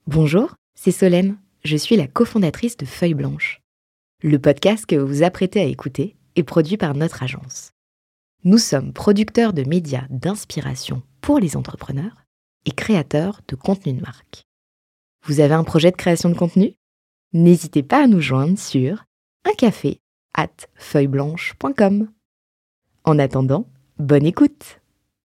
Bonjour, c'est Solène. Je suis la cofondatrice de Feuille Blanche. Le podcast que vous vous apprêtez à écouter est produit par notre agence. Nous sommes producteurs de médias d'inspiration pour les entrepreneurs et créateurs de contenu de marque. Vous avez un projet de création de contenu ? N'hésitez pas à nous joindre sur uncafé@feuilleblanche.com. En attendant, bonne écoute.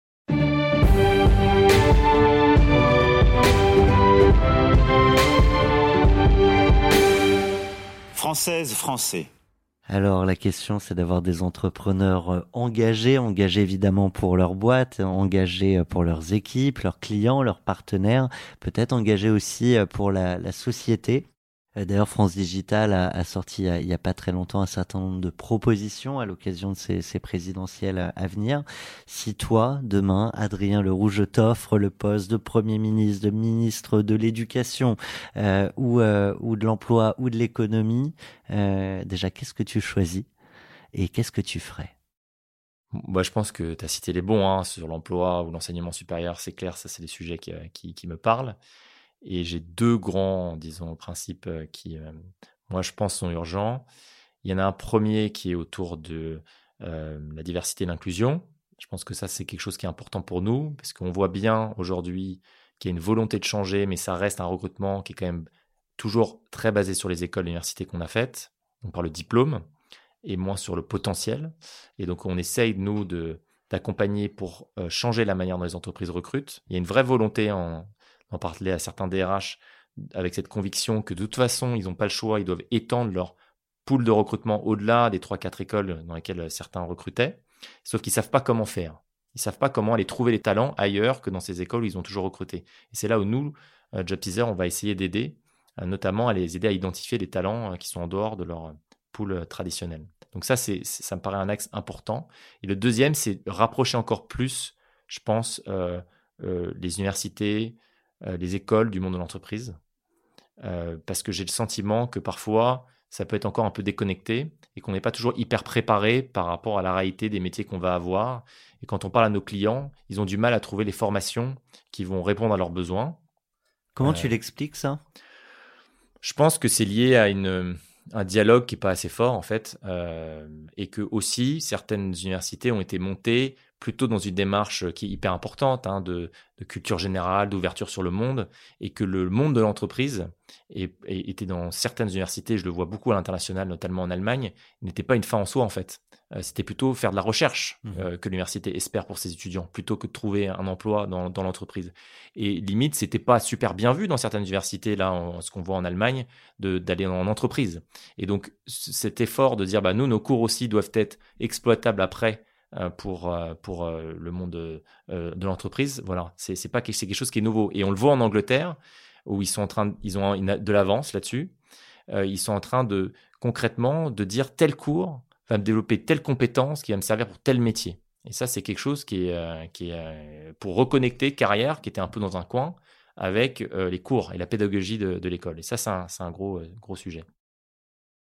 Françaises, Français. Alors la question c'est d'avoir des entrepreneurs engagés évidemment pour leur boîte, engagés pour leurs équipes, leurs clients, leurs partenaires, peut-être engagés aussi pour la société. D'ailleurs France Digital a sorti il y a pas très longtemps un certain nombre de propositions à l'occasion de ces présidentielles à venir. Si toi, demain, Adrien Leroux, t'offre le poste de Premier ministre, de ministre de l'Éducation ou de l'Emploi ou de l'Économie, déjà qu'est-ce que tu choisis et qu'est-ce que tu ferais ? Bah, je pense que tu as cité les bons sur l'emploi ou l'enseignement supérieur, c'est clair, ça c'est des sujets qui me parlent. Et j'ai deux grands, disons, principes qui, moi, je pense, sont urgents. Il y en a un premier qui est autour de la diversité et l'inclusion. Je pense que ça, c'est quelque chose qui est important pour nous, parce qu'on voit bien aujourd'hui qu'il y a une volonté de changer, mais ça reste un recrutement qui est quand même toujours très basé sur les écoles et universités qu'on a faites, donc par le diplôme, et moins sur le potentiel. Et donc, on essaye, nous, d'accompagner pour changer la manière dont les entreprises recrutent. Il y a une vraie volonté en parler à certains DRH avec cette conviction que de toute façon, ils n'ont pas le choix, ils doivent étendre leur pool de recrutement au-delà des 3-4 écoles dans lesquelles certains recrutaient, sauf qu'ils ne savent pas comment faire. Ils ne savent pas comment aller trouver les talents ailleurs que dans ces écoles où ils ont toujours recruté. Et c'est là où nous, Job Teaser, on va essayer d'aider, notamment à les aider à identifier les talents qui sont en dehors de leur pool traditionnel. Donc ça me paraît un axe important. Et le deuxième, c'est rapprocher encore plus, je pense, les universités, les écoles du monde de l'entreprise, parce que j'ai le sentiment que parfois, ça peut être encore un peu déconnecté et qu'on n'est pas toujours hyper préparé par rapport à la réalité des métiers qu'on va avoir. Et quand on parle à nos clients, ils ont du mal à trouver les formations qui vont répondre à leurs besoins. Comment tu l'expliques ça ? Je pense que c'est lié à un dialogue qui n'est pas assez fort, en fait, et que aussi, certaines universités ont été montées plutôt dans une démarche qui est hyper importante, de culture générale, d'ouverture sur le monde, et que le monde de l'entreprise était dans certaines universités, je le vois beaucoup à l'international, notamment en Allemagne, n'était pas une fin en soi, en fait. C'était plutôt faire de la recherche que l'université espère pour ses étudiants, plutôt que de trouver un emploi dans l'entreprise. Et limite, c'était pas super bien vu dans certaines universités, là, ce qu'on voit en Allemagne, d'aller en entreprise. Et donc, cet effort de dire, nous, nos cours aussi doivent être exploitables après pour le monde de l'entreprise, voilà, c'est quelque chose qui est nouveau. Et on le voit en Angleterre, où ils ont de l'avance là-dessus. Ils sont en train concrètement de dire tel cours va me développer telle compétence qui va me servir pour tel métier. Et ça, c'est quelque chose qui est pour reconnecter carrière, qui était un peu dans un coin, avec les cours et la pédagogie de l'école. Et ça, c'est un gros sujet.